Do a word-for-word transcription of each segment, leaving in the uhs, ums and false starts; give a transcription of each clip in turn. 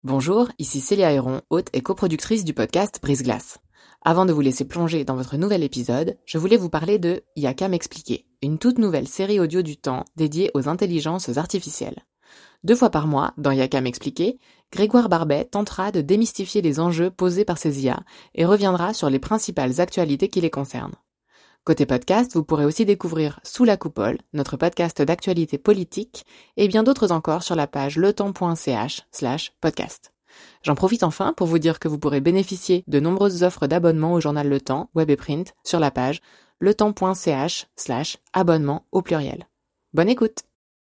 Bonjour, ici Célia Héron, hôte et coproductrice du podcast Brise-Glace. Avant de vous laisser plonger dans votre nouvel épisode, je voulais vous parler de Y'a qu'à m'expliquer, une toute nouvelle série audio du temps dédiée aux intelligences artificielles. Deux fois par mois, dans Y'a qu'à m'expliquer, Grégoire Barbet tentera de démystifier les enjeux posés par ces I A et reviendra sur les principales actualités qui les concernent. Côté podcast, vous pourrez aussi découvrir Sous la coupole, notre podcast d'actualité politique, et bien d'autres encore sur la page letemps.ch slash podcast. J'en profite enfin pour vous dire que vous pourrez bénéficier de nombreuses offres d'abonnement au journal Le Temps, web et print, sur la page letemps.ch slash abonnement au pluriel. Bonne écoute!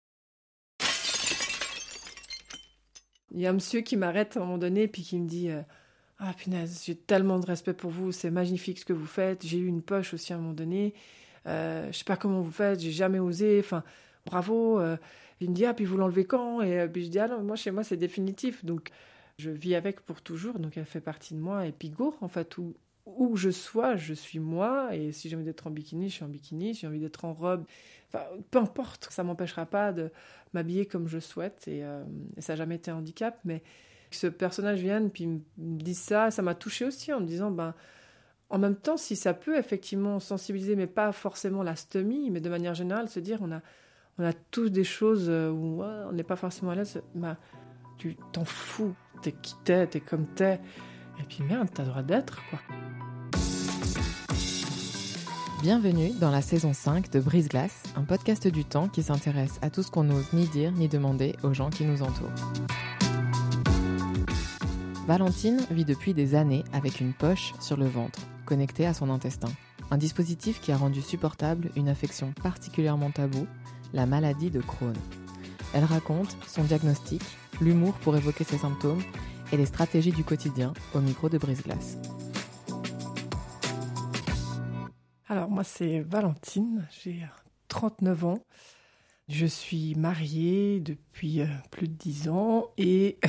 Il y a un monsieur qui m'arrête à un moment donné et puis qui me dit euh, « Ah punaise, j'ai tellement de respect pour vous, c'est magnifique ce que vous faites. J'ai eu une poche aussi à un moment donné. Euh, je sais pas comment vous faites, j'ai jamais osé. Enfin, bravo. Euh. » Il me dit « Ah, puis vous l'enlevez quand ?» Et euh, puis je dis « Ah non, moi chez moi c'est définitif. » Donc je vis avec pour toujours, donc elle fait partie de moi. Et puis go, en fait, où, où je sois, je suis moi. Et si j'ai envie d'être en bikini, je suis en bikini. Si j'ai envie d'être en robe, enfin, peu importe, ça m'empêchera pas de m'habiller comme je souhaite. Et, euh, et ça n'a jamais été un handicap, mais que ce personnage vienne puis me dise ça, ça m'a touchée aussi en me disant, ben, en même temps, si ça peut effectivement sensibiliser, mais pas forcément la stomie, mais de manière générale, se dire, on a, on a tous des choses où ouais, on n'est pas forcément à l'aise, ben, tu t'en fous, t'es qui t'es, t'es comme t'es, et puis merde, t'as le droit d'être, quoi. Bienvenue dans la saison cinq de Brise-Glace, un podcast du temps qui s'intéresse à tout ce qu'on n'ose ni dire ni demander aux gens qui nous entourent. Valentine vit depuis des années avec une poche sur le ventre, connectée à son intestin. Un dispositif qui a rendu supportable une affection particulièrement taboue, la maladie de Crohn. Elle raconte son diagnostic, l'humour pour évoquer ses symptômes et les stratégies du quotidien au micro de Brise-Glace. Alors moi c'est Valentine, j'ai trente-neuf ans. Je suis mariée depuis plus de dix ans et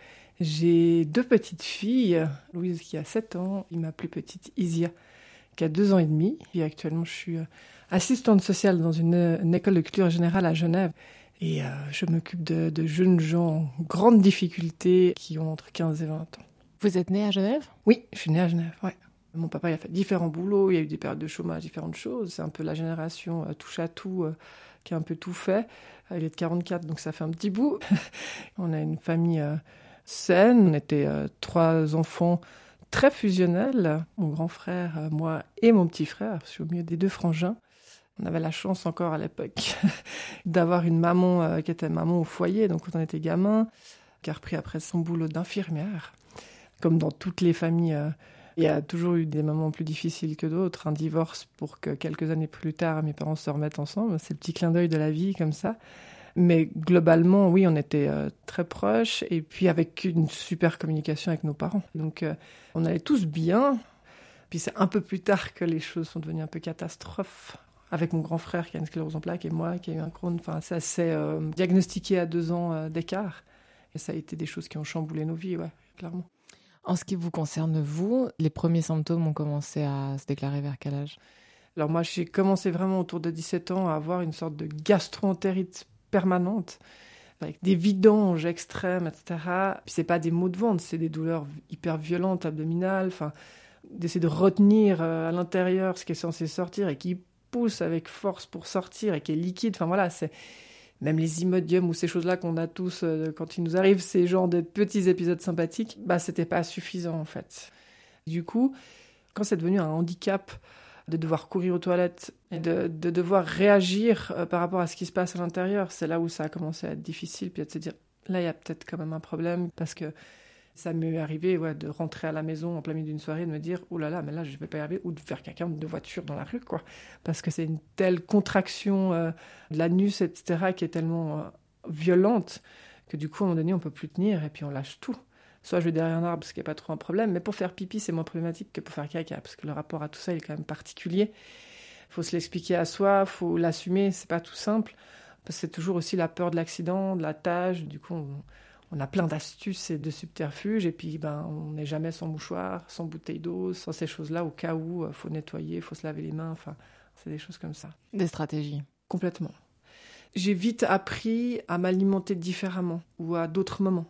j'ai deux petites filles, Louise qui a sept ans et ma plus petite Isia qui a deux ans et demi. Et actuellement, je suis assistante sociale dans une, une école de culture générale à Genève. Et euh, je m'occupe de, de jeunes gens en grande difficulté qui ont entre quinze et vingt ans. Vous êtes née à Genève ? Oui, je suis née à Genève, ouais. Mon papa il a fait différents boulots, il y a eu des périodes de chômage, différentes choses. C'est un peu la génération euh, touche à tout, euh, qui a un peu tout fait. Euh, il est de quarante-quatre, donc ça fait un petit bout. On a une famille... Euh, saine. On était euh, trois enfants très fusionnels. Mon grand frère, euh, moi et mon petit frère. Je suis au milieu des deux frangins. On avait la chance encore à l'époque d'avoir une maman euh, qui était maman au foyer, donc quand on était gamin, qui a repris après son boulot d'infirmière. Comme dans toutes les familles, euh, il y a toujours eu des moments plus difficiles que d'autres. Un divorce pour que quelques années plus tard, mes parents se remettent ensemble. C'est le petit clin d'œil de la vie comme ça. Mais globalement, oui, on était euh, très proches et puis avec une super communication avec nos parents. Donc, euh, on allait tous bien. Puis c'est un peu plus tard que les choses sont devenues un peu catastrophes. Avec mon grand frère qui a une sclérose en plaques et moi qui a eu un Crohn. Enfin, ça s'est euh, diagnostiqué à deux ans euh, d'écart. Et ça a été des choses qui ont chamboulé nos vies, ouais, clairement. En ce qui vous concerne, vous, les premiers symptômes ont commencé à se déclarer vers quel âge ? Alors moi, j'ai commencé vraiment autour de dix-sept ans à avoir une sorte de gastro-entérite permanente, avec des vidanges extrêmes, et cetera. Puis c'est pas des maux de ventre, c'est des douleurs hyper violentes, abdominales, enfin, d'essayer de retenir à l'intérieur ce qui est censé sortir et qui pousse avec force pour sortir et qui est liquide. Enfin voilà, c'est même les imodiums ou ces choses-là qu'on a tous euh, quand il nous arrive, ces genres de petits épisodes sympathiques, bah c'était pas suffisant en fait. Du coup, quand c'est devenu un handicap, de devoir courir aux toilettes et de, de devoir réagir euh, par rapport à ce qui se passe à l'intérieur, c'est là où ça a commencé à être difficile, puis de se dire, là, il y a peut-être quand même un problème, parce que ça m'est arrivé ouais, de rentrer à la maison en plein milieu d'une soirée et de me dire, oh là là, mais là, je vais pas y arriver, ou de faire quelqu'un de voiture dans la rue, quoi, parce que c'est une telle contraction euh, de l'anus, et cetera, qui est tellement euh, violente, que du coup, à un moment donné, on peut plus tenir, et puis on lâche tout. Soit je vais derrière un arbre, ce qui n'est pas trop un problème, mais pour faire pipi, c'est moins problématique que pour faire caca, parce que le rapport à tout ça, il est quand même particulier. Il faut se l'expliquer à soi, il faut l'assumer, c'est pas tout simple, parce que c'est toujours aussi la peur de l'accident, de la tâche, du coup, on, on a plein d'astuces et de subterfuges, et puis ben, on n'est jamais sans mouchoir, sans bouteille d'eau, sans ces choses-là, au cas où il faut nettoyer, il faut se laver les mains, enfin, c'est des choses comme ça. Des stratégies. Complètement. J'ai vite appris à m'alimenter différemment, ou à d'autres moments.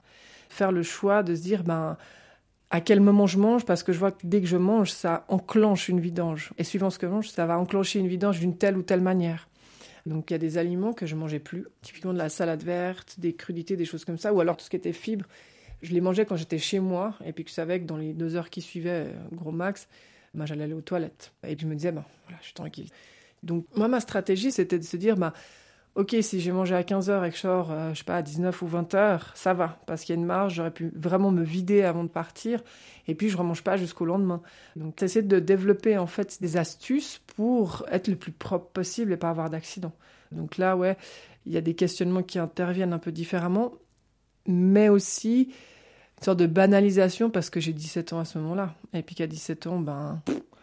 faire le choix de se dire, ben, à quel moment je mange, parce que je vois que dès que je mange, ça enclenche une vidange. Et suivant ce que je mange, ça va enclencher une vidange d'une telle ou telle manière. Donc il y a des aliments que je ne mangeais plus, typiquement de la salade verte, des crudités, des choses comme ça, ou alors tout ce qui était fibres. Je les mangeais quand j'étais chez moi, et puis que je savais que dans les deux heures qui suivaient, gros max, ben, j'allais aller aux toilettes. Et puis je me disais, ben, voilà, je suis tranquille. Donc moi, ma stratégie, c'était de se dire, ben, ok, si j'ai mangé à quinze heures et que je sors, euh, je sais pas, à dix-neuf ou vingt heures, ça va, parce qu'il y a une marge, j'aurais pu vraiment me vider avant de partir, et puis je ne remange pas jusqu'au lendemain. Donc, tu essaies de développer, en fait, des astuces pour être le plus propre possible et pas avoir d'accident. Donc là, ouais, il y a des questionnements qui interviennent un peu différemment, mais aussi une sorte de banalisation, parce que j'ai dix-sept ans à ce moment-là, et puis qu'à dix-sept ans, ben...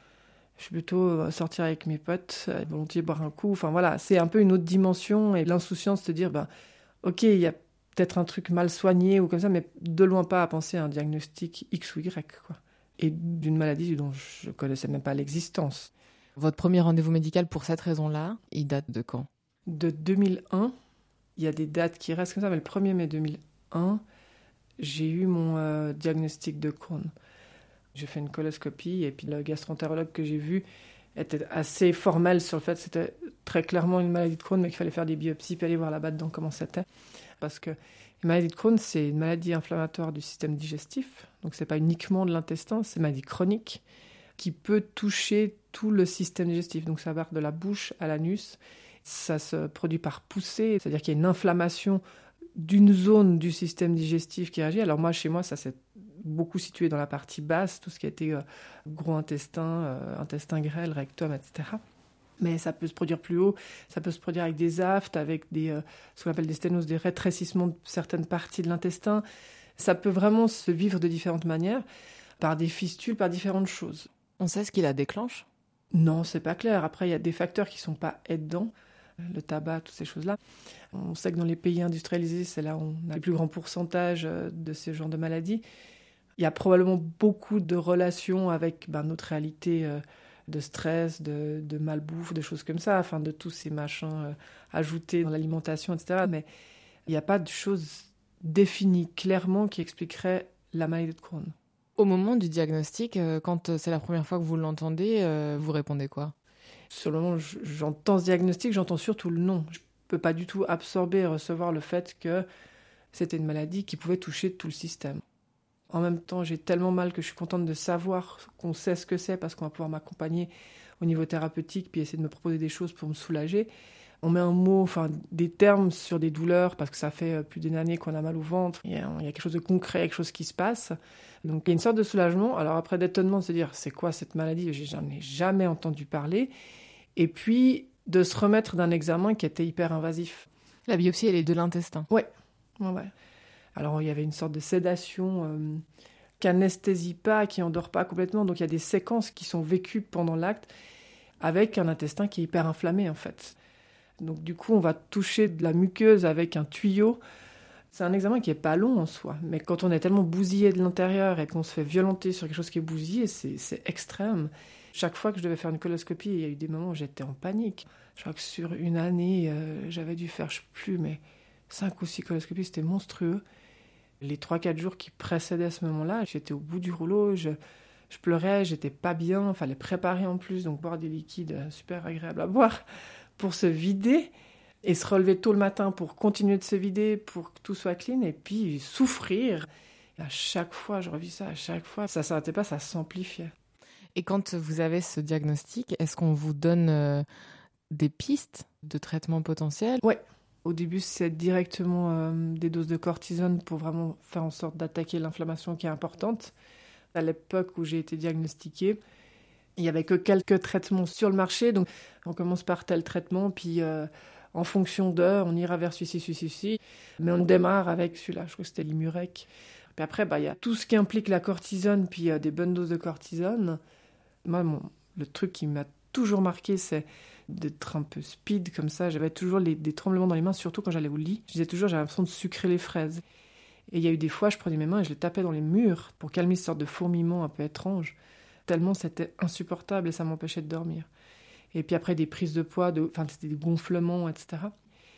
je suis plutôt sortir avec mes potes, volontiers boire un coup. Enfin voilà, c'est un peu une autre dimension et l'insouciance de se dire, ben, ok, il y a peut-être un truc mal soigné ou comme ça, mais de loin pas à penser à un diagnostic X ou Y, quoi. Et d'une maladie dont je ne connaissais même pas l'existence. Votre premier rendez-vous médical pour cette raison-là, il date de quand ? De deux mille un. Il y a des dates qui restent comme ça, mais le premier mai deux mille un, j'ai eu mon euh, diagnostic de Crohn. J'ai fait une coloscopie et puis le gastroentérologue que j'ai vu était assez formel sur le fait que c'était très clairement une maladie de Crohn, mais qu'il fallait faire des biopsies puis aller voir là-bas dedans comment c'était. Parce que une maladie de Crohn, c'est une maladie inflammatoire du système digestif. Donc c'est pas uniquement de l'intestin, c'est une maladie chronique qui peut toucher tout le système digestif. Donc ça va de la bouche à l'anus. Ça se produit par poussée, c'est-à-dire qu'il y a une inflammation d'une zone du système digestif qui réagit. Alors moi, chez moi, ça s'est beaucoup situé dans la partie basse, tout ce qui a été euh, gros intestin, euh, intestin grêle, rectum, et cetera. Mais ça peut se produire plus haut, ça peut se produire avec des aftes, avec des, euh, ce qu'on appelle des sténoses, des rétrécissements de certaines parties de l'intestin. Ça peut vraiment se vivre de différentes manières, par des fistules, par différentes choses. On sait ce qui la déclenche ? Non, c'est pas clair. Après, il y a des facteurs qui sont pas aidants, le tabac, toutes ces choses-là. On sait que dans les pays industrialisés, c'est là où on a le plus grand pourcentage de ce genre de maladies. Il y a probablement beaucoup de relations avec ben, notre réalité euh, de stress, de, de malbouffe, de choses comme ça, enfin de tous ces machins euh, ajoutés dans l'alimentation, et cetera. Mais il n'y a pas de choses définies clairement qui expliqueraient la maladie de Crohn. Au moment du diagnostic, euh, quand c'est la première fois que vous l'entendez, euh, vous répondez quoi ? Sur le moment où j'entends ce diagnostic, j'entends surtout le nom. Je ne peux pas du tout absorber et recevoir le fait que c'était une maladie qui pouvait toucher tout le système. En même temps, j'ai tellement mal que je suis contente de savoir qu'on sait ce que c'est parce qu'on va pouvoir m'accompagner au niveau thérapeutique puis essayer de me proposer des choses pour me soulager. On met un mot, enfin des termes sur des douleurs parce que ça fait plus d'une année qu'on a mal au ventre. Il y a, il y a quelque chose de concret, quelque chose qui se passe. Donc il y a une sorte de soulagement. Alors après d'étonnement de se dire c'est quoi cette maladie ? J'en ai jamais entendu parler. Et puis de se remettre d'un examen qui était hyper invasif. La biopsie, elle est de l'intestin ? Ouais, ouais, ouais. Alors, il y avait une sorte de sédation euh, qui anesthésie pas, qui endort pas complètement. Donc, il y a des séquences qui sont vécues pendant l'acte avec un intestin qui est hyper inflammé, en fait. Donc, du coup, on va toucher de la muqueuse avec un tuyau. C'est un examen qui est pas long en soi. Mais quand on est tellement bousillé de l'intérieur et qu'on se fait violenter sur quelque chose qui est bousillé, c'est, c'est extrême. Chaque fois que je devais faire une coloscopie, il y a eu des moments où j'étais en panique. Je crois que sur une année, euh, j'avais dû faire, je sais plus, mais cinq ou six coloscopies, c'était monstrueux. Les trois quatre jours qui précédaient ce moment-là, j'étais au bout du rouleau, je, je pleurais, j'étais pas bien, il fallait préparer en plus, donc boire des liquides super agréables à boire pour se vider et se relever tôt le matin pour continuer de se vider, pour que tout soit clean et puis souffrir. Et à chaque fois, je revis ça, à chaque fois, ça s'arrêtait pas, ça s'amplifiait. Et quand vous avez ce diagnostic, est-ce qu'on vous donne euh, des pistes de traitement potentiel ? Ouais. Au début, c'est directement euh, des doses de cortisone pour vraiment faire en sorte d'attaquer l'inflammation qui est importante. À l'époque où j'ai été diagnostiquée, il n'y avait que quelques traitements sur le marché. Donc, on commence par tel traitement, puis euh, en fonction d'heure, on ira vers celui-ci, celui-ci, celui-ci. Mais on démarre avec celui-là, je crois que c'était l'Imurec. Puis après, bah, il y a tout ce qui implique la cortisone, puis euh, des bonnes doses de cortisone. Moi, mon, le truc qui m'a toujours marqué, c'est d'être un peu speed comme ça. J'avais toujours les, des tremblements dans les mains, surtout quand j'allais au lit. Je disais toujours, j'avais l'impression de sucrer les fraises. Et il y a eu des fois, je prenais mes mains et je les tapais dans les murs pour calmer ce sorte de fourmillement un peu étrange. Tellement c'était insupportable et ça m'empêchait de dormir. Et puis après, des prises de poids, de, enfin, c'était des gonflements, et cetera.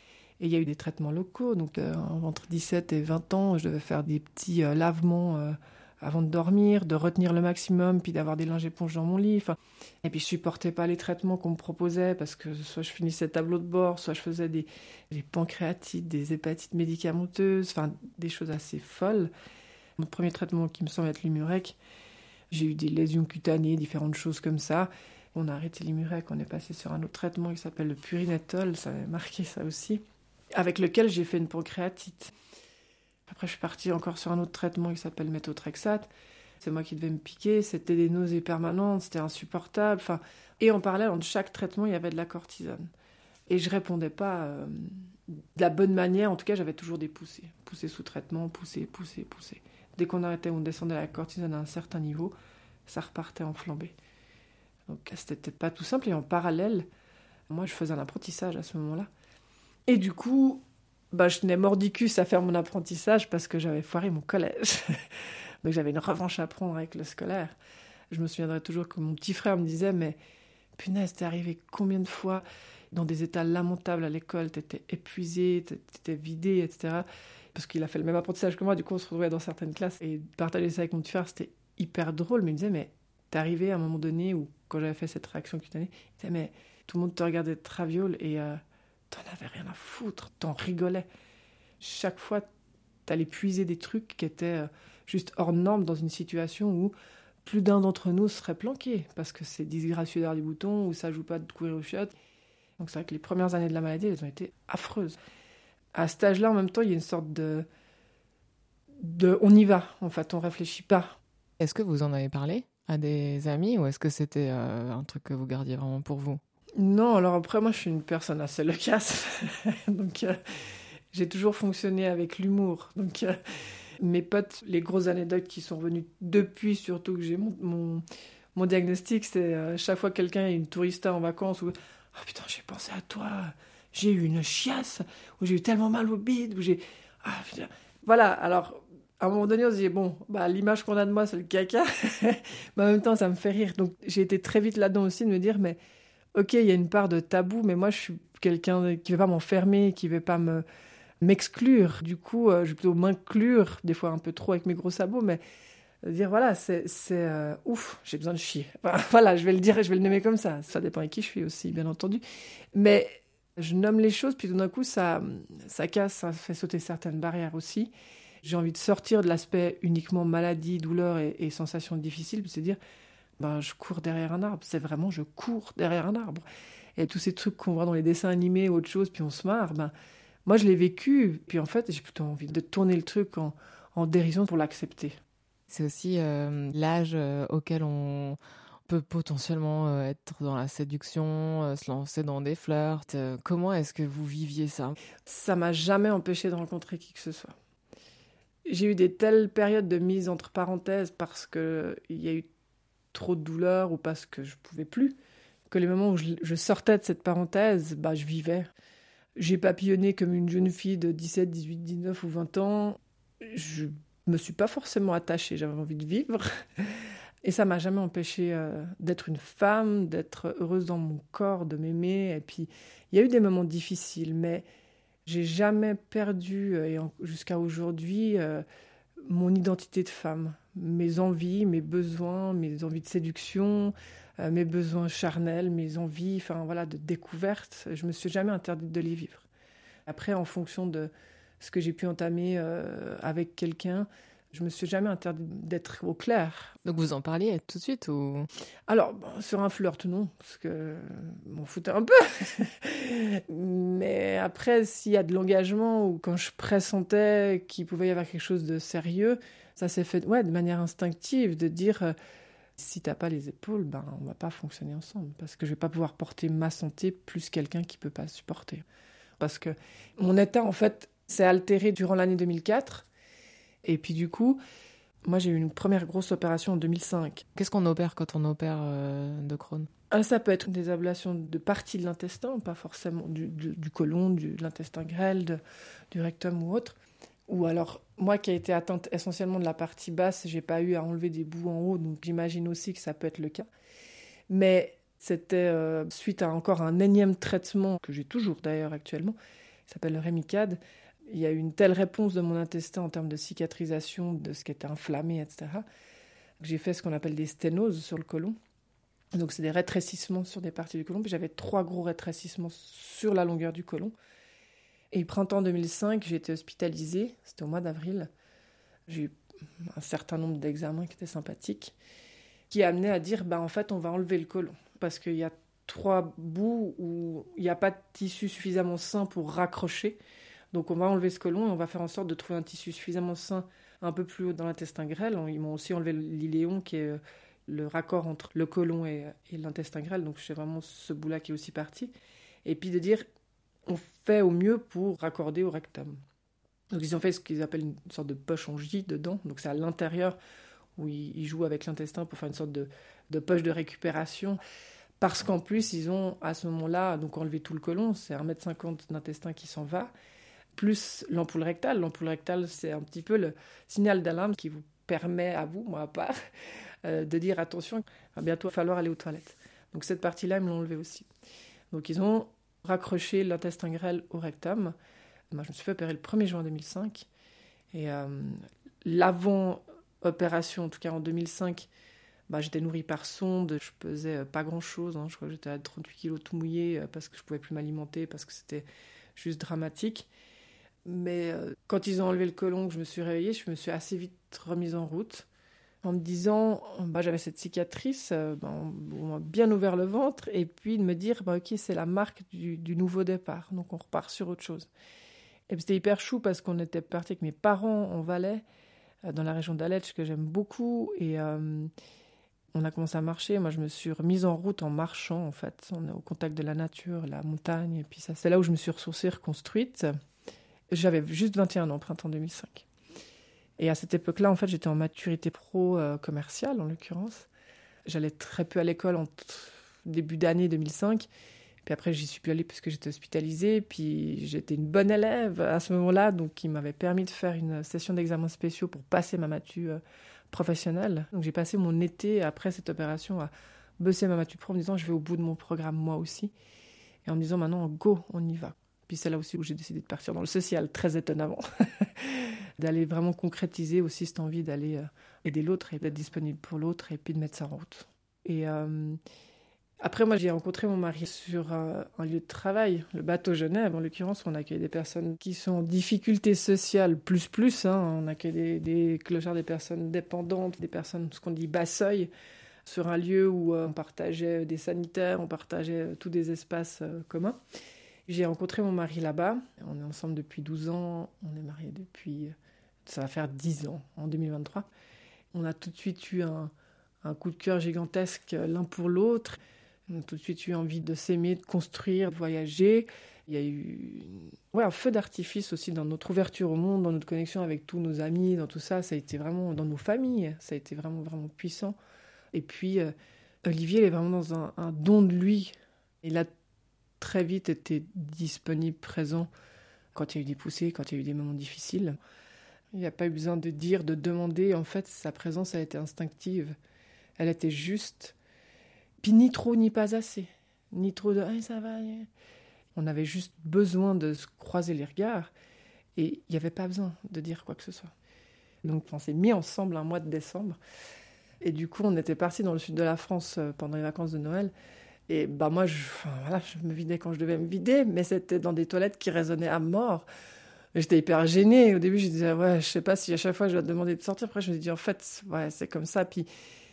Et il y a eu des traitements locaux. Donc, euh, entre dix-sept et vingt ans, je devais faire des petits euh, lavements euh, avant de dormir, de retenir le maximum, puis d'avoir des linges éponges dans mon lit. Enfin, et puis, je supportais pas les traitements qu'on me proposait parce que soit je finissais tableau de bord, soit je faisais des, des pancréatites, des hépatites médicamenteuses, enfin, des choses assez folles. Mon premier traitement, qui me semble être l'Imurec, j'ai eu des lésions cutanées, différentes choses comme ça. On a arrêté l'Imurec, on est passé sur un autre traitement qui s'appelle le Purinetol, ça avait marqué ça aussi, avec lequel j'ai fait une pancréatite. Après, je suis partie encore sur un autre traitement qui s'appelle méthotrexate. C'est moi qui devais me piquer, c'était des nausées permanentes, c'était insupportable. Enfin, et en parallèle, entre chaque traitement, il y avait de la cortisone. Et je répondais pas euh, de la bonne manière, en tout cas, j'avais toujours des poussées. Poussées sous traitement, poussées, poussées, poussées. Dès qu'on arrêtait, on descendait la cortisone à un certain niveau, ça repartait en flambée. Donc, c'était pas tout simple. Et en parallèle, moi, je faisais un apprentissage à ce moment-là. Et du coup, bah, je tenais mordicus à faire mon apprentissage parce que j'avais foiré mon collège. Donc, j'avais une revanche à prendre avec le scolaire. Je me souviendrai toujours que mon petit frère me disait « Mais punaise, t'es arrivé combien de fois dans des états lamentables à l'école, t'étais épuisé, t'étais vidé, et cetera » Parce qu'il a fait le même apprentissage que moi. Du coup, on se retrouvait dans certaines classes. Et partager ça avec mon petit frère, c'était hyper drôle. Mais il me disait « Mais t'es arrivé à un moment donné où, quand j'avais fait cette réaction cutanée, il disait « Mais tout le monde te regardait de traviole et euh, t'en avais rien à foutre, t'en rigolais. Chaque fois, t'allais puiser des trucs qui étaient euh, juste hors normes dans une situation où plus d'un d'entre nous serait planqué, parce que c'est disgracieux d'avoir des boutons, ou ça joue pas de courir aux chiottes. » Donc c'est vrai que les premières années de la maladie, elles ont été affreuses. À cet âge-là, en même temps, il y a une sorte de... de on y va, en fait, on réfléchit pas. Est-ce que vous en avez parlé à des amis, ou est-ce que c'était euh, un truc que vous gardiez vraiment pour vous ? Non, alors après, moi, je suis une personne assez loquace. Donc, euh, j'ai toujours fonctionné avec l'humour. Donc, euh, mes potes, les grosses anecdotes qui sont revenues depuis, surtout que j'ai mon, mon, mon diagnostic, c'est euh, chaque fois que quelqu'un est une tourista en vacances ou « Oh putain, j'ai pensé à toi, j'ai eu une chiasse, ou j'ai eu tellement mal au bide, ou j'ai... Ah, putain. » Voilà, alors... À un moment donné, on se dit, bon, bah, l'image qu'on a de moi, c'est le caca. Mais en même temps, ça me fait rire. Donc, j'ai été très vite là-dedans aussi de me dire, mais ok, il y a une part de tabou, mais moi, je suis quelqu'un qui ne va pas m'enfermer, qui ne va pas me, m'exclure. Du coup, euh, je vais plutôt m'inclure, des fois un peu trop avec mes gros sabots, mais dire, voilà, c'est, c'est euh, ouf, j'ai besoin de chier. Enfin, voilà, je vais le dire et je vais le nommer comme ça. Ça dépend avec qui je suis aussi, bien entendu. Mais je nomme les choses, puis tout d'un coup, ça, ça casse, ça fait sauter certaines barrières aussi. J'ai envie de sortir de l'aspect uniquement maladie, douleur et, et sensations difficiles, puis se dire, ben, je cours derrière un arbre. C'est vraiment, je cours derrière un arbre. Et tous ces trucs qu'on voit dans les dessins animés ou autre chose, puis on se marre, ben, moi, je l'ai vécu. Puis en fait, j'ai plutôt envie de tourner le truc en, en dérision pour l'accepter. C'est aussi euh, l'âge euh, auquel on peut potentiellement euh, être dans la séduction, euh, se lancer dans des flirts. Euh, comment est-ce que vous viviez ça ? Ça m'a jamais empêché de rencontrer qui que ce soit. J'ai eu des telles périodes de mise entre parenthèses parce qu'il y a eu trop de douleur ou parce que je pouvais plus, que les moments où je, je sortais de cette parenthèse, bah, je vivais. J'ai papillonné comme une jeune fille de dix-sept, dix-huit, dix-neuf ou vingt ans. Je me suis pas forcément attachée, j'avais envie de vivre. Et ça m'a jamais empêché euh, d'être une femme, d'être heureuse dans mon corps, de m'aimer. Et puis, il y a eu des moments difficiles, mais j'ai jamais perdu, et jusqu'à aujourd'hui, euh, mon identité de femme. Mes envies, mes besoins, mes envies de séduction, euh, mes besoins charnels, mes envies, enfin voilà, de découverte. Je me suis jamais interdite de les vivre. Après, en fonction de ce que j'ai pu entamer euh, avec quelqu'un, je me suis jamais interdite d'être au clair. Donc vous en parliez tout de suite ou... Alors, bon, sur un flirt, non, parce que m'en foutais un peu. Mais après, s'il y a de l'engagement ou quand je pressentais qu'il pouvait y avoir quelque chose de sérieux, ça s'est fait ouais, de manière instinctive, de dire euh, si t'as pas les épaules, ben, on va pas fonctionner ensemble. Parce que je vais pas pouvoir porter ma santé plus quelqu'un qui peut pas supporter. Parce que mon état, en fait, s'est altéré durant l'année deux mille quatre. Et puis du coup, moi j'ai eu une première grosse opération en deux mille cinq. Qu'est-ce qu'on opère quand on opère euh, de Crohn ? Ah, ça peut être des ablations de parties de l'intestin, pas forcément du, du, du côlon, du, de l'intestin grêle, de, du rectum ou autre. Ou alors, moi qui ai été atteinte essentiellement de la partie basse, j'ai pas eu à enlever des bouts en haut, donc j'imagine aussi que ça peut être le cas. Mais c'était euh, suite à encore un énième traitement, que j'ai toujours d'ailleurs actuellement, qui s'appelle le Rémicade. Il y a eu une telle réponse de mon intestin en termes de cicatrisation, de ce qui était inflammé, et cetera. J'ai fait ce qu'on appelle des sténoses sur le côlon. Donc, c'est des rétrécissements sur des parties du côlon. Puis j'avais trois gros rétrécissements sur la longueur du côlon. Et printemps deux mille cinq, j'ai été hospitalisée. C'était au mois d'avril. J'ai eu un certain nombre d'examens qui étaient sympathiques, qui amenaient à dire, bah, en fait, on va enlever le côlon. Parce qu'il y a trois bouts où il n'y a pas de tissu suffisamment sain pour raccrocher. Donc on va enlever ce côlon et on va faire en sorte de trouver un tissu suffisamment sain un peu plus haut dans l'intestin grêle. Ils m'ont aussi enlevé l'iléon, qui est le raccord entre le côlon et, et l'intestin grêle. Donc c'est vraiment ce bout-là qui est aussi parti. Et puis de dire, on fait au mieux pour raccorder au rectum. Donc ils ont fait ce qu'ils appellent une sorte de poche en J dedans. Donc c'est à l'intérieur où ils, ils jouent avec l'intestin pour faire une sorte de, de poche de récupération. Parce qu'en plus, ils ont à ce moment-là donc enlevé tout le côlon. C'est un mètre cinquante d'intestin qui s'en va. Plus l'ampoule rectale. L'ampoule rectale, c'est un petit peu le signal d'alarme qui vous permet, à vous, moi à part, euh, de dire attention, il va bientôt falloir aller aux toilettes. Donc cette partie-là, ils me l'ont enlevée aussi. Donc ils ont raccroché l'intestin grêle au rectum. Moi, je me suis fait opérer le premier juin deux mille cinq. Et euh, l'avant-opération, en tout cas en deux mille cinq, bah, j'étais nourrie par sonde. Je pesais pas grand-chose. Hein. Je crois que j'étais à trente-huit kilos tout mouillé parce que je pouvais plus m'alimenter, parce que c'était juste dramatique. Mais euh, quand ils ont enlevé le côlon, que je me suis réveillée, je me suis assez vite remise en route en me disant, bah, j'avais cette cicatrice, euh, bah, on m'a bien ouvert le ventre, et puis de me dire, bah, ok, c'est la marque du, du nouveau départ, donc on repart sur autre chose. Et puis c'était hyper chou parce qu'on était partis avec mes parents en Valais, euh, dans la région d'Aletsch, que j'aime beaucoup, et euh, on a commencé à marcher. Moi, je me suis remise en route en marchant, en fait. On est au contact de la nature, la montagne, et puis ça, c'est là où je me suis ressourcée, reconstruite. J'avais juste vingt et un ans, printemps deux mille cinq. Et à cette époque-là, en fait, j'étais en maturité pro euh, commerciale, en l'occurrence. J'allais très peu à l'école en t- début d'année deux mille cinq. Puis après, j'y suis plus allée parce que j'étais hospitalisée. Puis j'étais une bonne élève à ce moment-là, donc qui m'avait permis de faire une session d'examens spéciaux pour passer ma matu euh, professionnelle. Donc j'ai passé mon été, après cette opération, à bosser ma matu pro en me disant, je vais au bout de mon programme moi aussi. Et en me disant, maintenant, go, on y va. Puis c'est là aussi où j'ai décidé de partir dans le social, très étonnamment. D'aller vraiment concrétiser aussi cette envie d'aller euh, aider l'autre et d'être disponible pour l'autre et puis de mettre ça en route. Et euh, après, moi, j'ai rencontré mon mari sur euh, un lieu de travail, le bateau Genève. En l'occurrence, on accueille des personnes qui sont en difficulté sociale, plus plus. Hein. On accueille des, des clochards, des personnes dépendantes, des personnes, ce qu'on dit bas seuil, sur un lieu où euh, on partageait des sanitaires, on partageait euh, tous des espaces euh, communs. J'ai rencontré mon mari là-bas. On est ensemble depuis douze ans. On est mariés depuis... Ça va faire dix ans, en deux mille vingt-trois. On a tout de suite eu un, un coup de cœur gigantesque l'un pour l'autre. On a tout de suite eu envie de s'aimer, de construire, de voyager. Il y a eu ouais, un feu d'artifice aussi dans notre ouverture au monde, dans notre connexion avec tous nos amis, dans tout ça. Ça a été vraiment dans nos familles. Ça a été vraiment, vraiment puissant. Et puis, euh, Olivier, il est vraiment dans un, un don de lui. Il a très vite été disponible, présent, quand il y a eu des poussées, quand il y a eu des moments difficiles. Il n'y a pas eu besoin de dire, de demander. En fait, sa présence a été instinctive. Elle était juste. Puis ni trop, ni pas assez. Ni trop de hey, « ça va ». On avait juste besoin de se croiser les regards. Et il n'y avait pas besoin de dire quoi que ce soit. Donc on s'est mis ensemble un mois de décembre. Et du coup, on était partis dans le sud de la France pendant les vacances de Noël. Et bah moi, je, enfin, voilà, je me vidais quand je devais me vider, mais c'était dans des toilettes qui résonnaient à mort. J'étais hyper gênée. Au début, je disais, ouais, je sais pas si à chaque fois je dois te demander de sortir. Après, je me suis dit, en fait, ouais, c'est comme ça. Puis,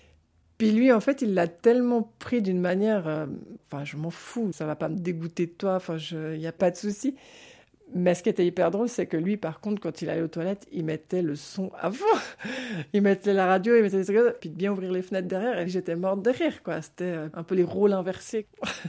puis lui, en fait, il l'a tellement pris d'une manière, euh, enfin, je m'en fous, ça va pas me dégoûter de toi, enfin, il n'y a pas de souci. Mais ce qui était hyper drôle, c'est que lui, par contre, quand il allait aux toilettes, il mettait le son à fond. Il mettait la radio, il mettait des trucs, puis de bien ouvrir les fenêtres derrière, et j'étais morte de rire, quoi. C'était un peu les rôles inversés.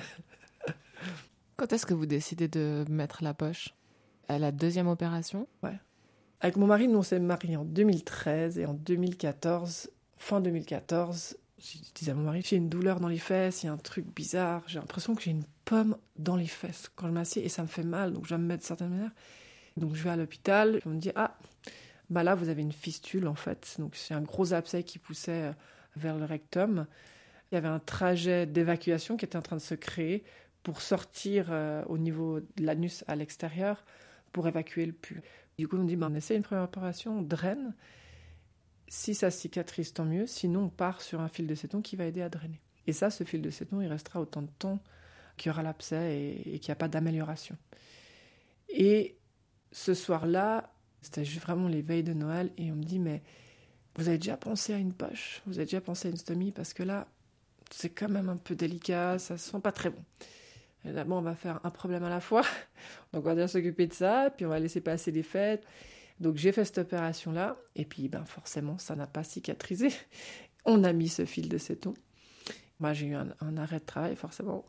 Quand est-ce que vous décidez de mettre la poche ? À la deuxième opération ? Ouais. Avec mon mari, nous, on s'est mariés en deux mille treize, et en deux mille quatorze, fin deux mille quatorze, je disais à mon mari, j'ai une douleur dans les fesses, il y a un truc bizarre, j'ai l'impression que j'ai une pomme dans les fesses quand je m'assieds, et ça me fait mal, donc je vais me mettre de certaines manières. Donc je vais à l'hôpital, on me dit, ah, bah là, vous avez une fistule, en fait. Donc c'est un gros abcès qui poussait vers le rectum. Il y avait un trajet d'évacuation qui était en train de se créer pour sortir euh, au niveau de l'anus à l'extérieur pour évacuer le pus. Du coup, on dit, ben, on essaie une première opération, on draine. Si ça cicatrise, tant mieux. Sinon, on part sur un fil de céton qui va aider à drainer. Et ça, ce fil de céton, il restera autant de temps qu'il y aura l'abcès et, et qu'il n'y a pas d'amélioration. Et ce soir-là, c'était juste vraiment les veilles de Noël, et on me dit, mais vous avez déjà pensé à une poche ? Vous avez déjà pensé à une stomie ? Parce que là, c'est quand même un peu délicat, ça sent pas très bon. Et d'abord, on va faire un problème à la fois. Donc, on va déjà s'occuper de ça, puis on va laisser passer les fêtes. Donc, j'ai fait cette opération-là, et puis, ben, forcément, ça n'a pas cicatrisé. On a mis ce fil de céton. Moi, j'ai eu un, un arrêt de travail, forcément.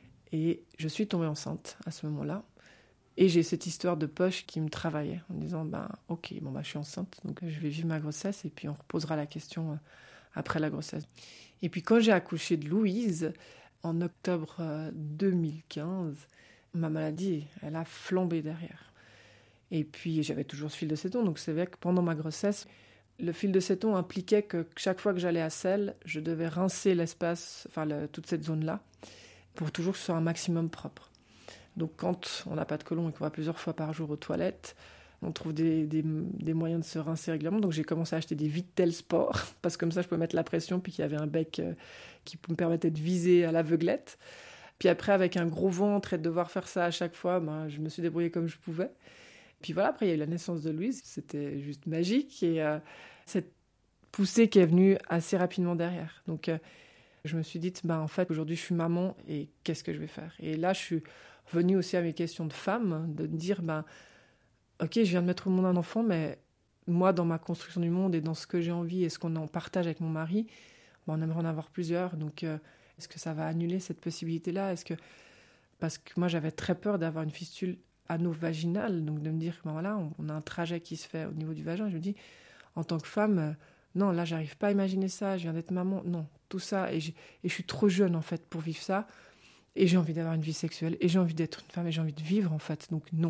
Et je suis tombée enceinte à ce moment-là. Et j'ai cette histoire de poche qui me travaillait, en disant, ben, ok, bon, ben, je suis enceinte, donc je vais vivre ma grossesse, et puis on reposera la question après la grossesse. Et puis, quand j'ai accouché de Louise, en octobre deux mille quinze, ma maladie, elle a flambé derrière. Et puis, j'avais toujours ce fil de céton, donc c'est vrai que pendant ma grossesse, le fil de céton impliquait que chaque fois que j'allais à selle, je devais rincer l'espace, enfin le, toute cette zone-là, pour toujours que ce soit un maximum propre. Donc quand on n'a pas de côlon et qu'on va plusieurs fois par jour aux toilettes, on trouve des, des, des moyens de se rincer régulièrement. Donc j'ai commencé à acheter des Vittel Sport, parce que comme ça je peux mettre la pression, puis qu'il y avait un bec euh, qui me permettait de viser à l'aveuglette. Puis après, avec un gros ventre et de devoir faire ça à chaque fois, ben, je me suis débrouillée comme je pouvais. Puis voilà, après il y a eu la naissance de Louise, c'était juste magique, et euh, cette poussée qui est venue assez rapidement derrière. Donc euh, je me suis dit, ben, en fait, aujourd'hui je suis maman, et qu'est-ce que je vais faire ? Et là, je suis revenue aussi à mes questions de femme, de me dire, ben, ok, je viens de mettre au monde un enfant, mais moi, dans ma construction du monde et dans ce que j'ai envie et ce qu'on en partage avec mon mari, ben, on aimerait en avoir plusieurs. Donc, euh, est-ce que ça va annuler cette possibilité-là ? Est-ce que... Parce que moi, j'avais très peur d'avoir une fistule ano-vaginale, donc de me dire, ben voilà, on, on a un trajet qui se fait au niveau du vagin. Je me dis, en tant que femme, euh, non, là, j'arrive pas à imaginer ça, je viens d'être maman, non, tout ça, et, et je suis trop jeune, en fait, pour vivre ça, et j'ai envie d'avoir une vie sexuelle, et j'ai envie d'être une femme, et j'ai envie de vivre, en fait, donc non.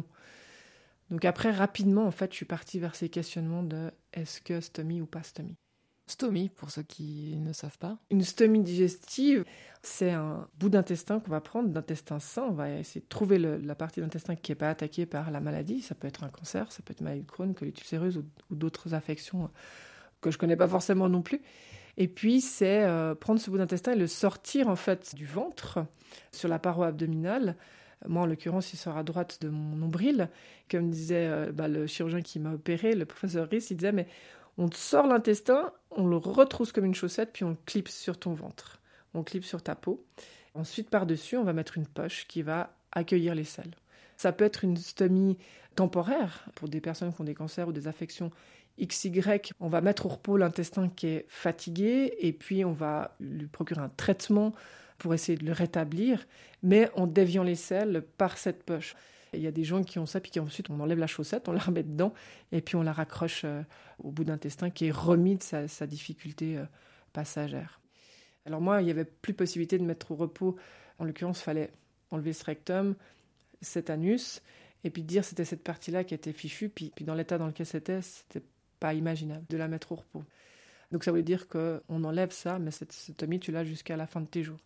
Donc après, rapidement, en fait, je suis partie vers ces questionnements de est-ce que stomie ou pas stomie. Stomie, pour ceux qui ne savent pas. Une stomie digestive, c'est un bout d'intestin qu'on va prendre, d'intestin sain. On va essayer de trouver le, la partie d'intestin qui n'est pas attaquée par la maladie. Ça peut être un cancer, ça peut être maladie de Crohn, colite ulcéreuse ou, ou d'autres affections que je ne connais pas forcément non plus. Et puis, c'est euh, prendre ce bout d'intestin et le sortir, en fait, du ventre, sur la paroi abdominale. Moi, en l'occurrence, il sort à droite de mon nombril. Comme disait euh, bah, le chirurgien qui m'a opéré, le professeur Riss, il disait, mais on te sort l'intestin, on le retrousse comme une chaussette, puis on le clipse sur ton ventre. On le clipse sur ta peau. Ensuite, par-dessus, on va mettre une poche qui va accueillir les selles. Ça peut être une stomie temporaire pour des personnes qui ont des cancers ou des affections X Y. On va mettre au repos l'intestin qui est fatigué et puis on va lui procurer un traitement pour essayer de le rétablir, mais en déviant les selles par cette poche. Il y a des gens qui ont ça, puis ensuite on enlève la chaussette, on la remet dedans, et puis on la raccroche euh, au bout d'intestin qui est remis de sa, sa difficulté euh, passagère. Alors moi, il n'y avait plus possibilité de mettre au repos. En l'occurrence, il fallait enlever ce rectum, cet anus, et puis dire que c'était cette partie-là qui était fichue, puis, puis dans l'état dans lequel c'était, c'était pas imaginable de la mettre au repos. Donc ça voulait dire qu'on enlève ça, mais cette stomie, tu l'as jusqu'à la fin de tes jours.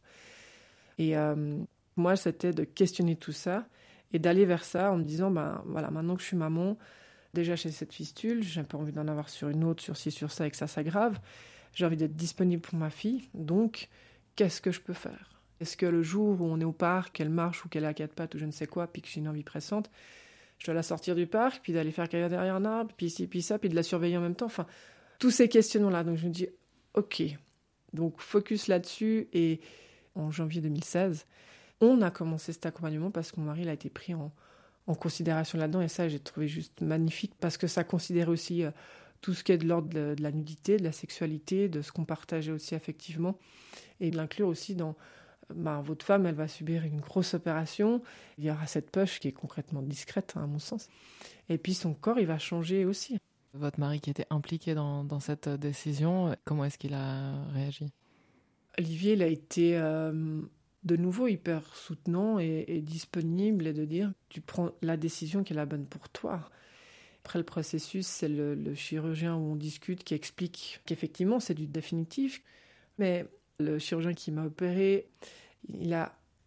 Et euh, moi, c'était de questionner tout ça, et d'aller vers ça en me disant, ben voilà, maintenant que je suis maman, déjà j'ai cette fistule, j'ai un peu envie d'en avoir sur une autre, sur ci, sur ça, et que ça s'aggrave. J'ai envie d'être disponible pour ma fille, donc qu'est-ce que je peux faire ? Est-ce que le jour où on est au parc, qu'elle marche ou qu'elle est à quatre pattes ou je ne sais quoi, puis que j'ai une envie pressante, je dois la sortir du parc, puis d'aller faire carrière derrière un arbre, puis ci, puis ça, puis de la surveiller en même temps. Enfin, tous ces questionnements-là. Donc je me dis, ok, donc focus là-dessus. Et en janvier deux mille seize, on a commencé cet accompagnement parce que mon mari il a été pris en, en considération là-dedans. Et ça, j'ai trouvé juste magnifique parce que ça considérait aussi euh, tout ce qui est de l'ordre de, de la nudité, de la sexualité, de ce qu'on partageait aussi affectivement. Et de l'inclure aussi dans... Ben, votre femme, elle va subir une grosse opération. Il y aura cette poche qui est concrètement discrète, hein, à mon sens. Et puis son corps, il va changer aussi. Votre mari qui était impliqué dans, dans cette décision, comment est-ce qu'il a réagi ? Olivier, il a été euh, de nouveau hyper soutenant et, et disponible et de dire tu prends la décision qui est la bonne pour toi. Après le processus, c'est le, le chirurgien où on discute qui explique qu'effectivement c'est du définitif, mais le chirurgien qui m'a opéré, il a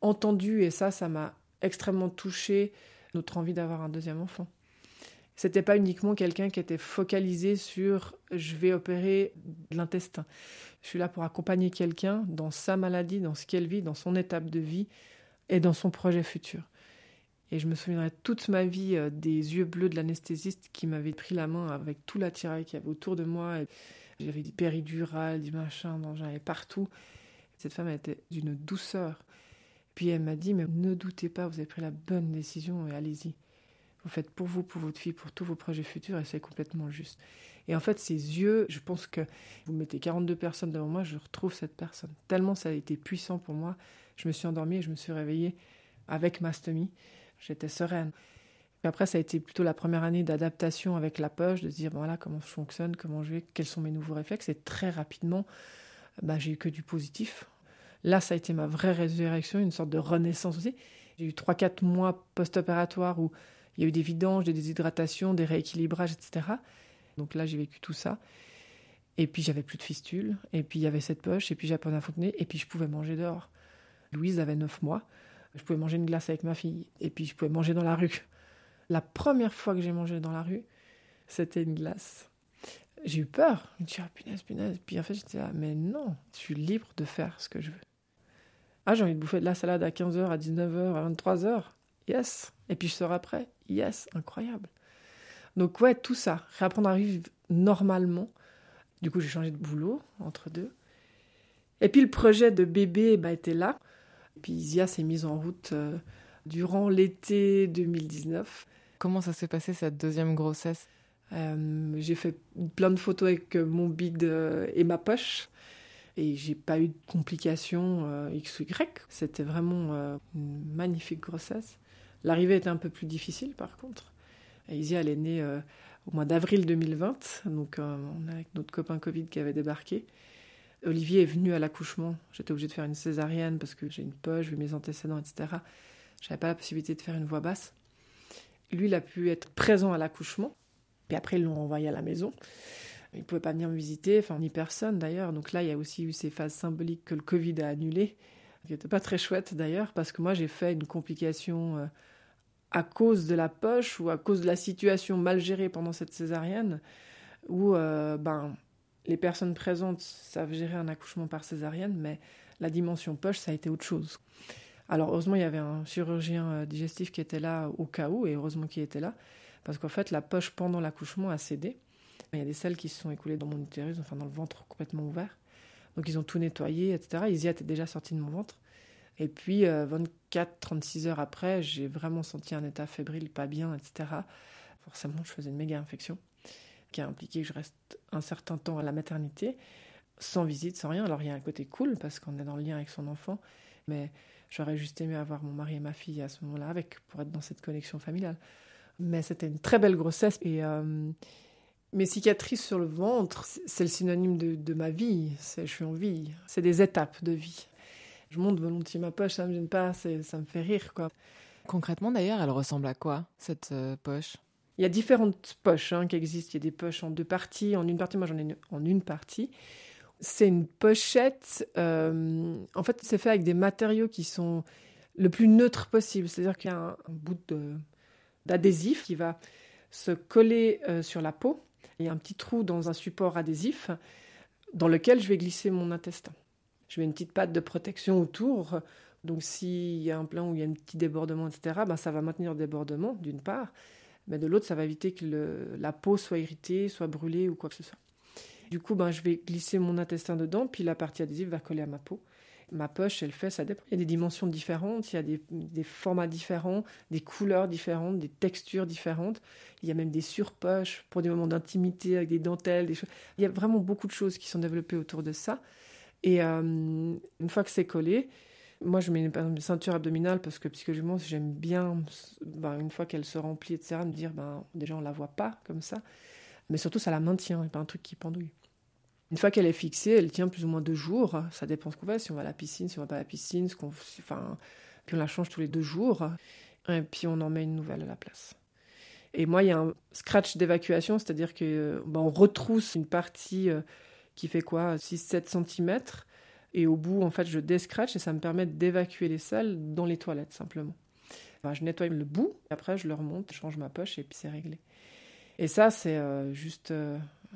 entendu, et ça, ça m'a extrêmement touchée, notre envie d'avoir un deuxième enfant. C'était pas uniquement quelqu'un qui était focalisé sur « je vais opérer de l'intestin ». Je suis là pour accompagner quelqu'un dans sa maladie, dans ce qu'elle vit, dans son étape de vie et dans son projet futur. Et je me souviendrai toute ma vie euh, des yeux bleus de l'anesthésiste qui m'avait pris la main avec tout l'attirail qu'il y avait autour de moi. Et j'avais des péridurales, des machins, j'en avais partout. Cette femme elle était d'une douceur. Puis elle m'a dit « mais ne doutez pas, vous avez pris la bonne décision et allez-y. Vous faites pour vous, pour votre fille, pour tous vos projets futurs et c'est complètement juste. » Et en fait, ces yeux, je pense que vous mettez quarante-deux personnes devant moi, je retrouve cette personne. Tellement ça a été puissant pour moi. Je me suis endormie et je me suis réveillée avec ma stomie. J'étais sereine. Et après, ça a été plutôt la première année d'adaptation avec la poche, de se dire, bon, voilà, comment je fonctionne, comment je vais, quels sont mes nouveaux réflexes. Et très rapidement, bah, j'ai eu que du positif. Là, ça a été ma vraie résurrection, une sorte de renaissance aussi. J'ai eu trois quatre mois post-opératoires où il y a eu des vidanges, des déshydratations, des rééquilibrages, et cetera. Donc là, j'ai vécu tout ça. Et puis, j'avais plus de fistules. Et puis, il y avait cette poche. Et puis, j'apprenais à fonctionner. Et puis, je pouvais manger dehors. Louise avait neuf mois. Je pouvais manger une glace avec ma fille. Et puis, je pouvais manger dans la rue. La première fois que j'ai mangé dans la rue, c'était une glace. J'ai eu peur. Je me suis dit, ah, punaise, punaise. Puis, en fait, j'étais là, mais non, je suis libre de faire ce que je veux. Ah, j'ai envie de bouffer de la salade à quinze heures, à dix-neuf heures, à vingt-trois heures. Yes. Et puis, je sors après. Yes. Incroyable. Donc, ouais, tout ça. Réapprendre à vivre normalement. Du coup, j'ai changé de boulot entre deux. Et puis, le projet de bébé bah, était là. Puis Isia s'est mise en route euh, durant l'été deux mille dix-neuf. Comment ça s'est passé, cette deuxième grossesse ? euh, J'ai fait plein de photos avec mon bide euh, et ma poche. Et j'ai pas eu de complications euh, X ou Y. C'était vraiment euh, une magnifique grossesse. L'arrivée était un peu plus difficile, par contre. Et Isia, elle est née euh, au mois d'avril deux mille vingt. Donc, euh, on est avec notre copain Covid qui avait débarqué. Olivier est venu à l'accouchement. J'étais obligée de faire une césarienne parce que j'ai une poche, j'ai mes antécédents, et cetera. Je n'avais pas la possibilité de faire une voix basse. Lui, il a pu être présent à l'accouchement. Puis après, ils l'ont renvoyé à la maison. Il ne pouvait pas venir me visiter, enfin, ni personne d'ailleurs. Donc là, il y a aussi eu ces phases symboliques que le Covid a annulées, qui n'étaient pas très chouettes d'ailleurs, parce que moi, j'ai fait une complication euh, à cause de la poche ou à cause de la situation mal gérée pendant cette césarienne, où, euh, ben... les personnes présentes savent gérer un accouchement par césarienne, mais la dimension poche, ça a été autre chose. Alors, heureusement, il y avait un chirurgien digestif qui était là au cas où, et heureusement qu'il était là, parce qu'en fait, la poche, pendant l'accouchement, a cédé. Il y a des selles qui se sont écoulées dans mon utérus, enfin dans le ventre complètement ouvert. Donc, ils ont tout nettoyé, et cetera. Isia était déjà sortie de mon ventre. Et puis, euh, vingt-quatre à trente-six heures après, j'ai vraiment senti un état fébrile, pas bien, et cetera. Forcément, je faisais une méga infection, qui a impliqué que je reste un certain temps à la maternité, sans visite, sans rien. Alors, il y a un côté cool, parce qu'on est dans le lien avec son enfant, mais j'aurais juste aimé avoir mon mari et ma fille à ce moment-là avec, pour être dans cette connexion familiale. Mais c'était une très belle grossesse, et euh, mes cicatrices sur le ventre, c'est le synonyme de, de ma vie. C'est, je suis en vie. C'est des étapes de vie. Je monte volontiers ma poche, ça me gêne pas, c'est, ça me fait rire, quoi. Concrètement, d'ailleurs, elle ressemble à quoi, cette euh, poche ? Il y a différentes poches hein, qui existent. Il y a des poches en deux parties. En une partie, moi j'en ai une, en une partie. C'est une pochette. Euh, en fait, c'est fait avec des matériaux qui sont le plus neutres possible. C'est-à-dire qu'il y a un, un bout de, d'adhésif qui va se coller euh, sur la peau. Il y a un petit trou dans un support adhésif dans lequel je vais glisser mon intestin. Je mets une petite patte de protection autour. Donc s'il y a un plan où il y a un petit débordement, et cetera, ben, ça va maintenir le débordement, d'une part. Mais de l'autre, ça va éviter que le, la peau soit irritée, soit brûlée ou quoi que ce soit. Du coup, ben, je vais glisser mon intestin dedans, puis la partie adhésive va coller à ma peau. Ma poche, elle fait, ça dépend. Il y a des dimensions différentes, il y a des, des formats différents, des couleurs différentes, des textures différentes. Il y a même des surpoches pour des moments d'intimité avec des dentelles, des choses. Il y a vraiment beaucoup de choses qui sont développées autour de ça. Et euh, une fois que c'est collé, moi, je mets une ceinture abdominale parce que psychologiquement, j'aime bien, ben, une fois qu'elle se remplit, et cetera, me dire, ben, déjà, on ne la voit pas comme ça. Mais surtout, ça la maintient, et pas un truc qui pendouille. Une fois qu'elle est fixée, elle tient plus ou moins deux jours. Ça dépend ce qu'on fait, si on va à la piscine, si on ne va pas à la piscine. Ce qu'on, enfin, puis on la change tous les deux jours. Et puis on en met une nouvelle à la place. Et moi, il y a un scratch d'évacuation, c'est-à-dire que ben, on retrousse une partie qui fait quoi, six à sept centimètres. Et au bout, en fait, je descratch et ça me permet d'évacuer les selles dans les toilettes, simplement. Enfin, je nettoie le bout, après je le remonte, je change ma poche et puis c'est réglé. Et ça, c'est euh, juste euh,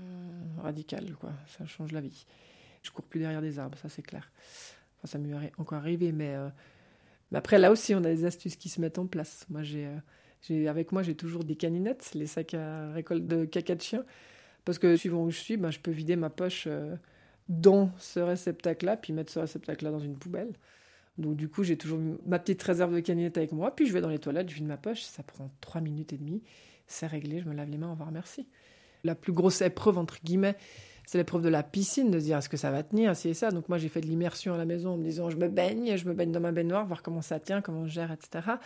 radical, quoi. Ça change la vie. Je cours plus derrière des arbres, ça c'est clair. Enfin, ça m'est encore arrivé, mais, euh, mais après, là aussi, on a des astuces qui se mettent en place. Moi, j'ai, euh, j'ai, avec moi, j'ai toujours des caninettes, les sacs à récolte de caca de chien, parce que suivant où je suis, ben, je peux vider ma poche euh, dans ce réceptacle-là, puis mettre ce réceptacle-là dans une poubelle. Donc du coup, j'ai toujours ma petite réserve de caninettes avec moi, puis je vais dans les toilettes, je vide ma poche, ça prend trois minutes et demie, c'est réglé, je me lave les mains, au revoir, merci. La plus grosse épreuve, entre guillemets, c'est l'épreuve de la piscine, de se dire est-ce que ça va tenir, si et ça. Donc moi, j'ai fait de l'immersion à la maison en me disant je me baigne, je me baigne dans ma baignoire, voir comment ça tient, comment je gère, et cetera.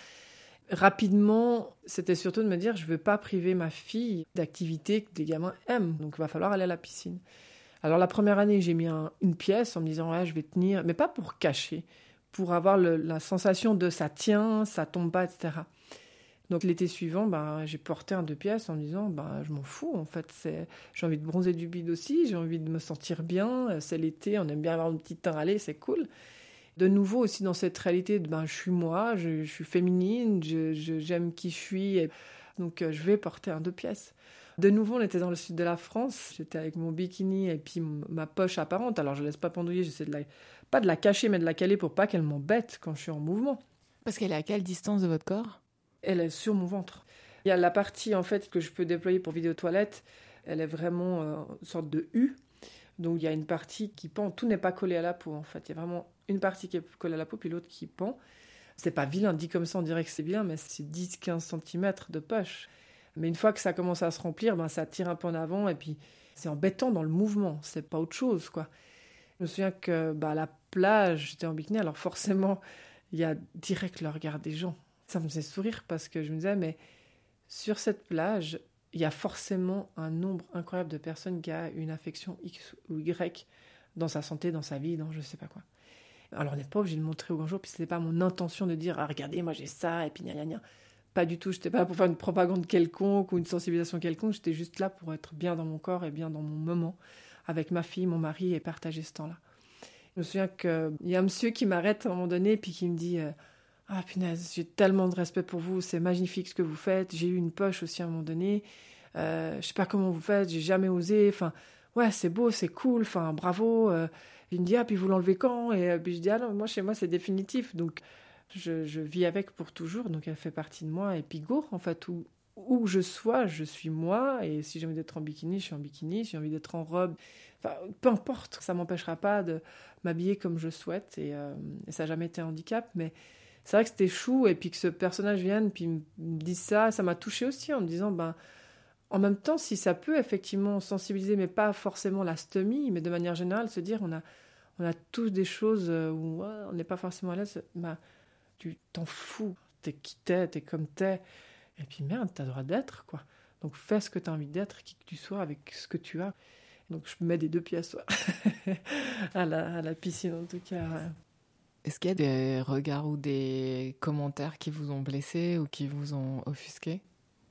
Rapidement, c'était surtout de me dire je ne veux pas priver ma fille d'activités que des gamins aiment, donc il va falloir aller à la piscine. Alors la première année, j'ai mis un, une pièce en me disant ouais, je vais tenir, mais pas pour cacher, pour avoir le, la sensation de ça tient, ça tombe pas, et cetera. Donc l'été suivant, ben, j'ai porté un deux pièces en me disant ben, je m'en fous, en fait, c'est... j'ai envie de bronzer du bide aussi, j'ai envie de me sentir bien, c'est l'été, on aime bien avoir une petite teint râlée, c'est cool. De nouveau aussi dans cette réalité de ben, je suis moi, je, je suis féminine, je, je, j'aime qui je suis, et donc euh, je vais porter un deux pièces. De nouveau, on était dans le sud de la France, j'étais avec mon bikini et puis ma poche apparente, alors je ne laisse pas pendouiller, j'essaie de la... pas de la cacher, mais de la caler pour pas qu'elle m'embête quand je suis en mouvement. Parce qu'elle est à quelle distance de votre corps ? Elle est sur mon ventre. Il y a la partie en fait que je peux déployer pour vider aux toilettes, elle est vraiment euh, une sorte de U. Donc il y a une partie qui pend, tout n'est pas collé à la peau en fait. Il y a vraiment une partie qui est collée à la peau puis l'autre qui pend. C'est pas vilain, dit comme ça on dirait que c'est bien, mais c'est dix à quinze centimètres de poche. Mais une fois que ça commence à se remplir, ben, ça tire un peu en avant et puis c'est embêtant dans le mouvement, c'est pas autre chose, quoi. Je me souviens que bah, à la plage, j'étais en bikini, alors forcément, il y a direct le regard des gens. Ça me faisait sourire parce que je me disais, mais sur cette plage, il y a forcément un nombre incroyable de personnes qui a une affection X ou Y dans sa santé, dans sa vie, dans je sais pas quoi. Alors on n'est pas obligé de le montrer au grand jour, puis c'était pas mon intention de dire, ah regardez, moi j'ai ça, et puis gna gna gna. Pas du tout, j'étais pas là pour faire une propagande quelconque ou une sensibilisation quelconque, j'étais juste là pour être bien dans mon corps et bien dans mon moment, avec ma fille, mon mari, et partager ce temps-là. Je me souviens qu'il y a un monsieur qui m'arrête à un moment donné, puis qui me dit euh, « Ah punaise, j'ai tellement de respect pour vous, c'est magnifique ce que vous faites, j'ai eu une poche aussi à un moment donné, euh, je sais pas comment vous faites, j'ai jamais osé, enfin, ouais, c'est beau, c'est cool, enfin, bravo. Euh. » Il me dit « Ah, puis vous l'enlevez quand ?» Et puis je dis « Ah non, moi, chez moi, c'est définitif, donc... » Je, je vis avec pour toujours, donc elle fait partie de moi. Et puis go, en fait, où, où je sois, je suis moi. Et si j'ai envie d'être en bikini, je suis en bikini. Si j'ai envie d'être en robe, enfin, peu importe, ça ne m'empêchera pas de m'habiller comme je souhaite. Et, euh, et ça n'a jamais été un handicap. Mais c'est vrai que c'était chou. Et puis que ce personnage vienne, puis me dise ça, ça m'a touchée aussi en me disant, ben, en même temps, si ça peut effectivement sensibiliser, mais pas forcément la stomie, mais de manière générale, se dire, on a, on a tous des choses où ouais, on n'est pas forcément à l'aise. Ben, tu t'en fous, t'es qui t'es, t'es comme t'es, et puis merde, t'as le droit d'être, quoi. Donc fais ce que t'as envie d'être, qui que tu sois, avec ce que tu as. Donc je mets des deux pièces ouais. à, la, à la piscine, en tout cas. Ouais. Est-ce qu'il y a des regards ou des commentaires qui vous ont blessé ou qui vous ont offusqué ?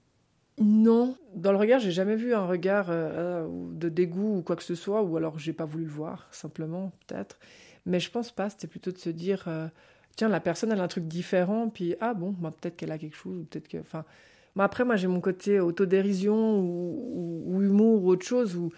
Non. Dans le regard, j'ai jamais vu un regard euh, de dégoût ou quoi que ce soit, ou alors j'ai pas voulu le voir, simplement, peut-être. Mais je pense pas, c'était plutôt de se dire... Euh, tiens, la personne, elle a un truc différent, puis ah bon, bah, peut-être qu'elle a quelque chose, ou peut-être que... Enfin, bah, après, moi, j'ai mon côté autodérision ou, ou, ou humour ou autre chose, où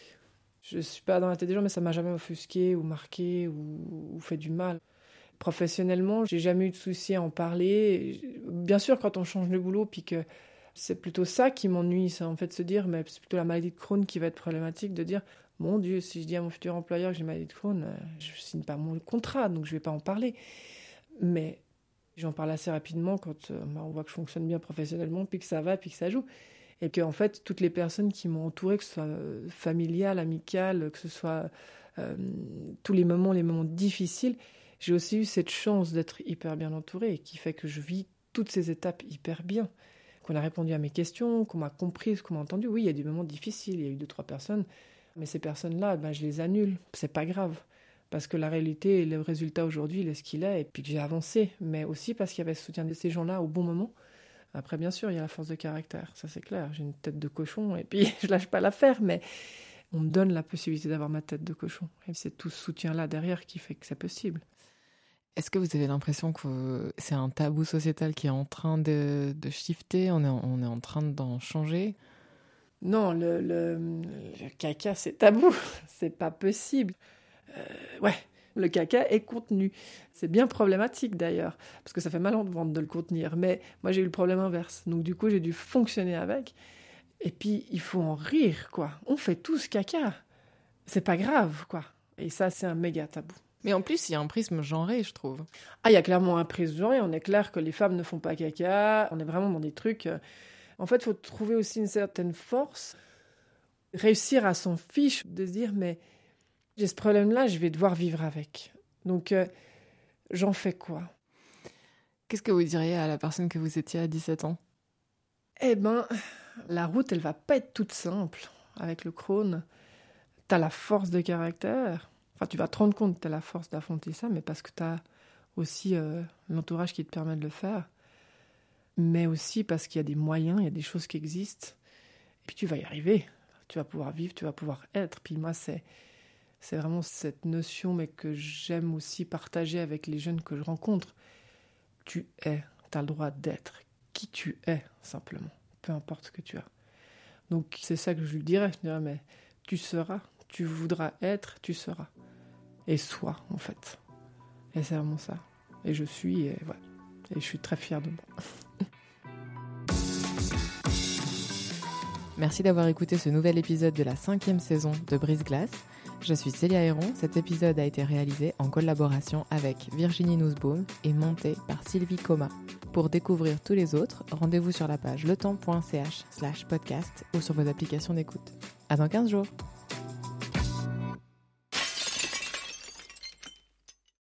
je suis pas dans la tête des gens, mais ça m'a jamais offusqué ou marqué ou, ou fait du mal. Professionnellement, j'ai jamais eu de souci à en parler. Bien sûr, quand on change de boulot, puis que c'est plutôt ça qui m'ennuie, c'est en fait se dire, mais c'est plutôt la maladie de Crohn qui va être problématique, de dire... Mon Dieu, si je dis à mon futur employeur que j'ai maladie de Crohn, je ne signe pas mon contrat, donc je ne vais pas en parler. Mais j'en parle assez rapidement quand euh, bah, on voit que je fonctionne bien professionnellement, puis que ça va, puis que ça joue. Et que en fait, toutes les personnes qui m'ont entourée, que ce soit euh, familial, amical, que ce soit euh, tous les moments, les moments difficiles, j'ai aussi eu cette chance d'être hyper bien entourée, qui fait que je vis toutes ces étapes hyper bien. Qu'on a répondu à mes questions, qu'on m'a compris, qu'on m'a entendu. Oui, il y a des moments difficiles, il y a eu deux, trois personnes... Mais ces personnes-là, ben, je les annule. C'est pas grave. Parce que la réalité et le résultat aujourd'hui, il est ce qu'il est. Et puis que j'ai avancé. Mais aussi parce qu'il y avait le soutien de ces gens-là au bon moment. Après, bien sûr, il y a la force de caractère. Ça, c'est clair. J'ai une tête de cochon et puis je lâche pas l'affaire. Mais on me donne la possibilité d'avoir ma tête de cochon. Et c'est tout ce soutien-là derrière qui fait que c'est possible. Est-ce que vous avez l'impression que c'est un tabou sociétal qui est en train de, de shifter, on est, en, on est en train d'en changer ? Non, le, le, le caca, c'est tabou. C'est pas possible. Euh, ouais, le caca est contenu. C'est bien problématique d'ailleurs, parce que ça fait mal au ventre de le contenir. Mais moi, j'ai eu le problème inverse. Donc du coup, j'ai dû fonctionner avec. Et puis, il faut en rire, quoi. On fait tous caca. C'est pas grave, quoi. Et ça, c'est un méga tabou. Mais en plus, il y a un prisme genré, je trouve. Ah, il y a clairement un prisme genré. On est clair que les femmes ne font pas caca. On est vraiment dans des trucs... En fait, il faut trouver aussi une certaine force. Réussir à s'en fiche, de se dire, mais j'ai ce problème-là, je vais devoir vivre avec. Donc, euh, j'en fais quoi ? Qu'est-ce que vous diriez à la personne que vous étiez à dix-sept ans ? Eh ben, la route, elle va pas être toute simple. Avec le Crohn, t'as la force de caractère... Enfin, tu vas te rendre compte que tu as la force d'affronter ça, mais parce que tu as aussi euh, l'entourage qui te permet de le faire. Mais aussi parce qu'il y a des moyens, il y a des choses qui existent. Et puis tu vas y arriver. Tu vas pouvoir vivre, tu vas pouvoir être. Puis moi, c'est, c'est vraiment cette notion, mais que j'aime aussi partager avec les jeunes que je rencontre. Tu es, tu as le droit d'être qui tu es, simplement. Peu importe ce que tu as. Donc c'est ça que je lui dirais. Je dirais, mais tu seras, tu voudras être, tu seras. Et sois, en fait. Et c'est vraiment ça. Et je suis, et voilà. Et je suis très fière de moi. Merci d'avoir écouté ce nouvel épisode de la cinquième saison de Brise-Glace. Je suis Célia Héron. Cet épisode a été réalisé en collaboration avec Virginie Nussbaum et monté par Sylvie Coma. Pour découvrir tous les autres, rendez-vous sur la page letemps point c h slash podcast ou sur vos applications d'écoute. À dans quinze jours.